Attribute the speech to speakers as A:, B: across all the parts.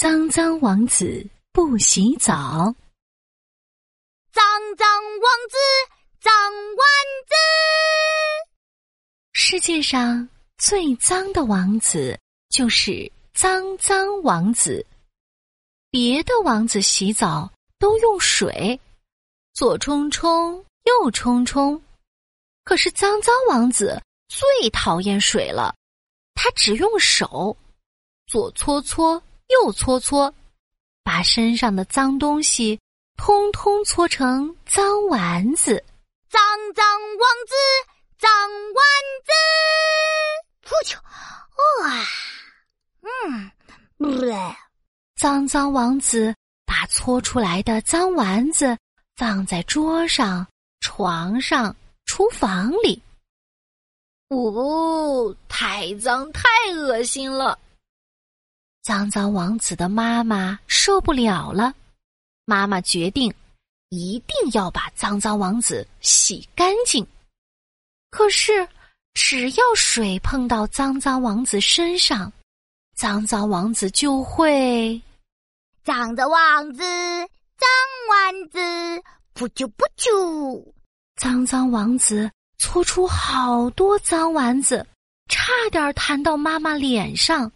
A: 脏脏王子不洗澡。
B: 脏脏王子，脏丸子。
A: 世界上最脏的王子就是脏脏王子。别的王子洗澡都用水，左冲冲，右冲冲。可是脏脏王子最讨厌水了，他只用手，左搓搓，右搓搓，把身上的脏东西通通搓成脏丸子。
B: 脏脏王子，脏丸子。噗啾，
A: 脏脏王子把搓出来的脏丸子放在桌上、床上、厨房里。太脏，太恶心了！脏脏王子的妈妈受不了了，妈妈决定一定要把脏脏王子洗干净。可是，只要水碰到脏脏王子身上，脏脏王子就会……
B: 脏脏王子，脏丸子，噗啾噗啾。
A: 脏脏王子搓出好多脏丸子，差点弹到妈妈脸上。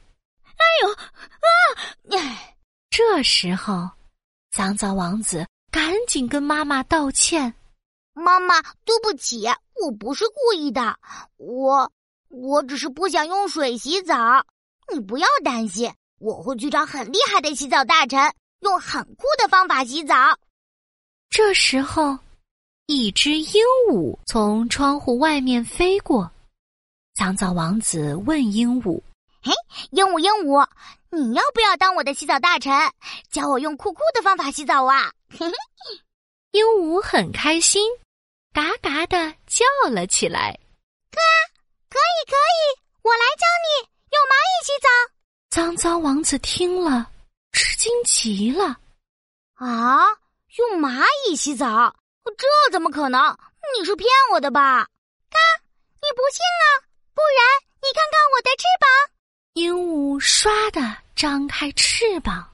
A: 这时候，脏脏王子赶紧跟妈妈道歉：“
B: 妈妈，对不起，我不是故意的，我只是不想用水洗澡。你不要担心，我会去找很厉害的洗澡大臣，用很酷的方法洗澡。”
A: 这时候，一只鹦鹉从窗户外面飞过。脏脏王子问鹦鹉：“
B: 嘿，鹦鹉，你要不要当我的洗澡大臣，教我用酷酷的方法洗澡啊？”
A: 鹦鹉很开心，嘎嘎地叫了起来：“
B: 可以，我来教你用蚂蚁洗澡。”
A: 脏脏王子听了，吃惊极了。
B: 啊，用蚂蚁洗澡？这怎么可能？你是骗我的吧？嘎，你不信啊？不然你看看我的翅膀。
A: 鹦鹉唰地张开翅膀，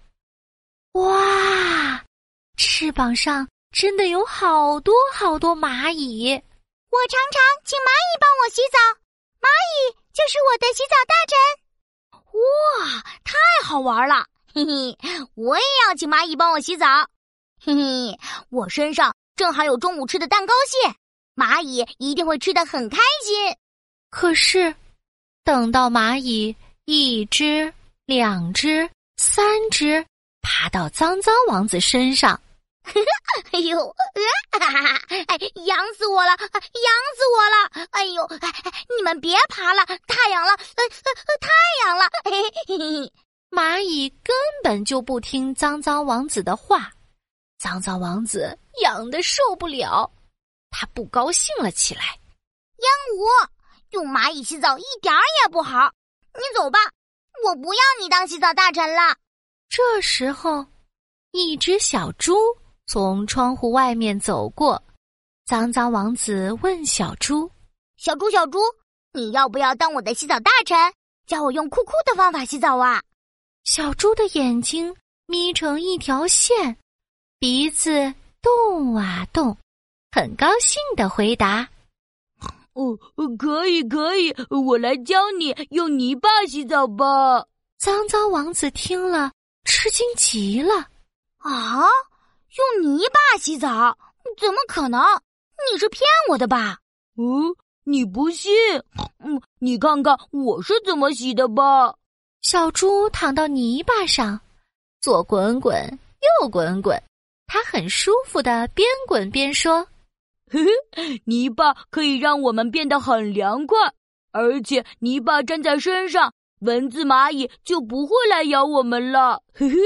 A: 哇，翅膀上真的有好多好多蚂蚁。
B: 我常常请蚂蚁帮我洗澡，蚂蚁就是我的洗澡大臣。哇，太好玩了！嘿嘿，我也要请蚂蚁帮我洗澡。嘿嘿，我身上正好有中午吃的蛋糕屑，蚂蚁一定会吃得很开心。
A: 可是，等到蚂蚁1只、2只、3只爬到脏脏王子身上，
B: 哎呦，痒死我了！哎呦，你们别爬了，太痒了，太痒了！
A: 蚂蚁根本就不听脏脏王子的话，脏脏王子痒得受不了，他不高兴了起来。
B: 鹦鹉，用蚂蚁洗澡一点儿也不好，你走吧，我不要你当洗澡大臣了。
A: 这时候，一只小猪从窗户外面走过，脏脏王子问小猪：“
B: 小猪，你要不要当我的洗澡大臣，教我用酷酷的方法洗澡啊？”
A: 小猪的眼睛眯成一条线，鼻子动啊动，很高兴地回答：“
C: 可以，我来教你用泥巴洗澡吧。”
A: 脏脏王子听了，吃惊极了。
B: 啊，用泥巴洗澡？怎么可能？你是骗我的吧？
C: 你不信？你看看我是怎么洗的吧。
A: 小猪躺到泥巴上，左滚滚，右滚滚，他很舒服地边滚边说：“
C: 泥巴可以让我们变得很凉快，而且泥巴粘在身上，蚊子、蚂蚁就不会来咬我们了。”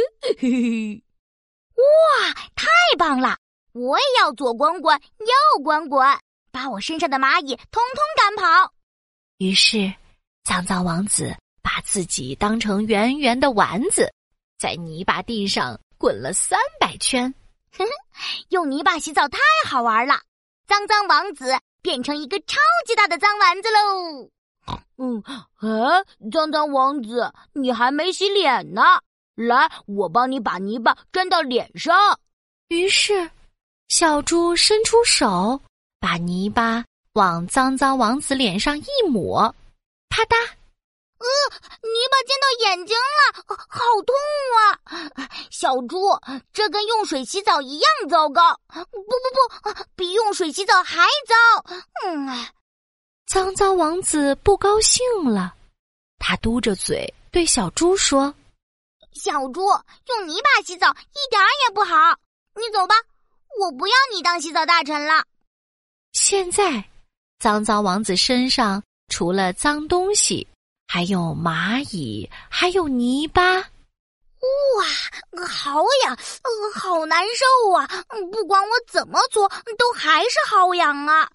B: 哇，太棒了！我也要左滚滚，右滚滚，把我身上的蚂蚁通通赶跑。
A: 于是，脏脏王子把自己当成圆圆的丸子，在泥巴地上滚了300圈。
B: 用泥巴洗澡太好玩了，脏脏王子变成一个超级大的脏丸子喽。
C: 脏脏王子，你还没洗脸呢， 来，我帮你把泥巴沾到脸上。
A: 于是，小猪伸出手，把泥巴往脏脏王子脸上一抹，啪嗒！
B: 泥巴溅到眼睛了，好痛啊！小猪，这跟用水洗澡一样糟糕。不，比用水洗澡还糟。
A: 脏脏王子不高兴了，他嘟着嘴对小猪说：“
B: 小猪，用泥巴洗澡一点儿也不好。你走吧，我不要你当洗澡大臣了。”
A: 现在，脏脏王子身上除了脏东西，还有蚂蚁，还有泥巴。
B: 哇，好痒，好难受啊！不管我怎么搓，都还是好痒啊。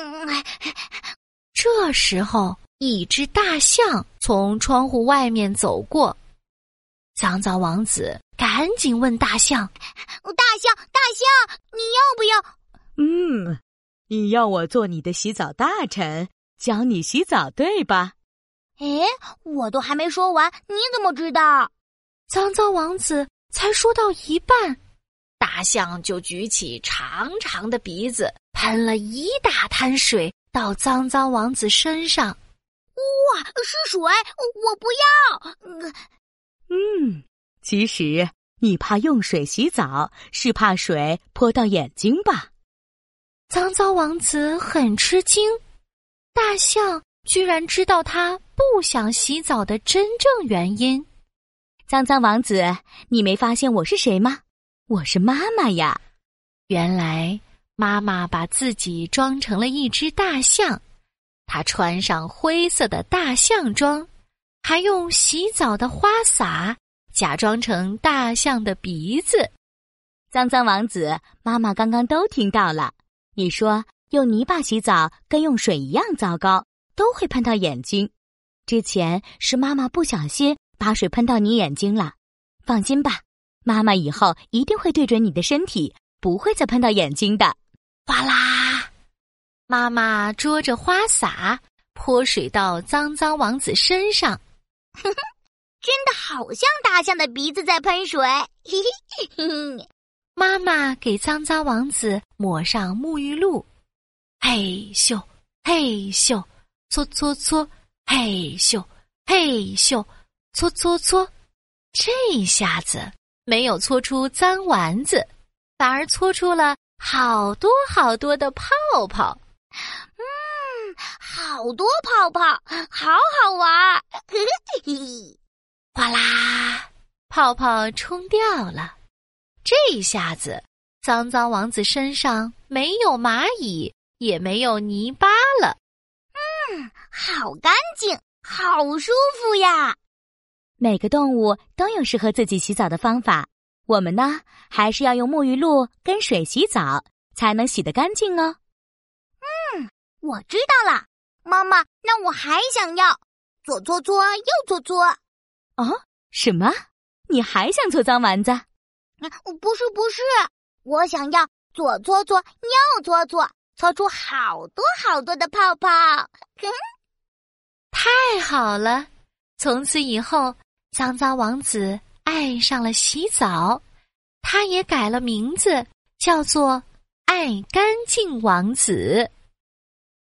A: 这时候，一只大象从窗户外面走过，脏脏王子赶紧问大象：“
B: 大象，你要不要？”
C: 你要我做你的洗澡大臣，教你洗澡，对吧？
B: 我都还没说完，你怎么知道？
A: 脏脏王子才说到一半，大象就举起长长的鼻子，喷了一大滩水到脏脏王子身上。
B: 哇，是水！我不要！
C: 其实你怕用水洗澡，是怕水泼到眼睛吧？
A: 脏脏王子很吃惊，大象居然知道他不想洗澡的真正原因。
C: 脏脏王子，你没发现我是谁吗？我是妈妈呀。
A: 原来妈妈把自己装成了一只大象，她穿上灰色的大象装，还用洗澡的花洒假装成大象的鼻子。
C: 脏脏王子，妈妈刚刚都听到了。你说用泥巴洗澡跟用水一样糟糕，都会喷到眼睛。之前是妈妈不小心把水喷到你眼睛了。放心吧，妈妈以后一定会对准你的身体，不会再喷到眼睛的。
A: 哗啦！妈妈捉着花洒泼水到脏脏王子身上。
B: 真的好像大象的鼻子在喷水。
A: 妈妈给脏脏王子抹上沐浴露，嘿咻嘿咻，搓搓搓，嘿咻嘿咻，搓搓搓。这下子没有搓出脏丸子，反而搓出了好多好多的泡泡。
B: 好多泡泡，好好玩。
A: 哗啦，泡泡冲掉了。这下子，脏脏王子身上没有蚂蚁，也没有泥巴了。
B: 好干净，好舒服呀！
C: 每个动物都有适合自己洗澡的方法，我们呢，还是要用沐浴露跟水洗澡，才能洗得干净哦。
B: 我知道了，妈妈，那我还想要左搓搓，右搓搓。
C: 哦，什么？你还想搓脏丸子？
B: 不是，我想要左搓搓，右搓搓，搓出好多好多的泡泡。
A: 太好了！从此以后，脏脏王子爱上了洗澡，他也改了名字，叫做爱干净王子。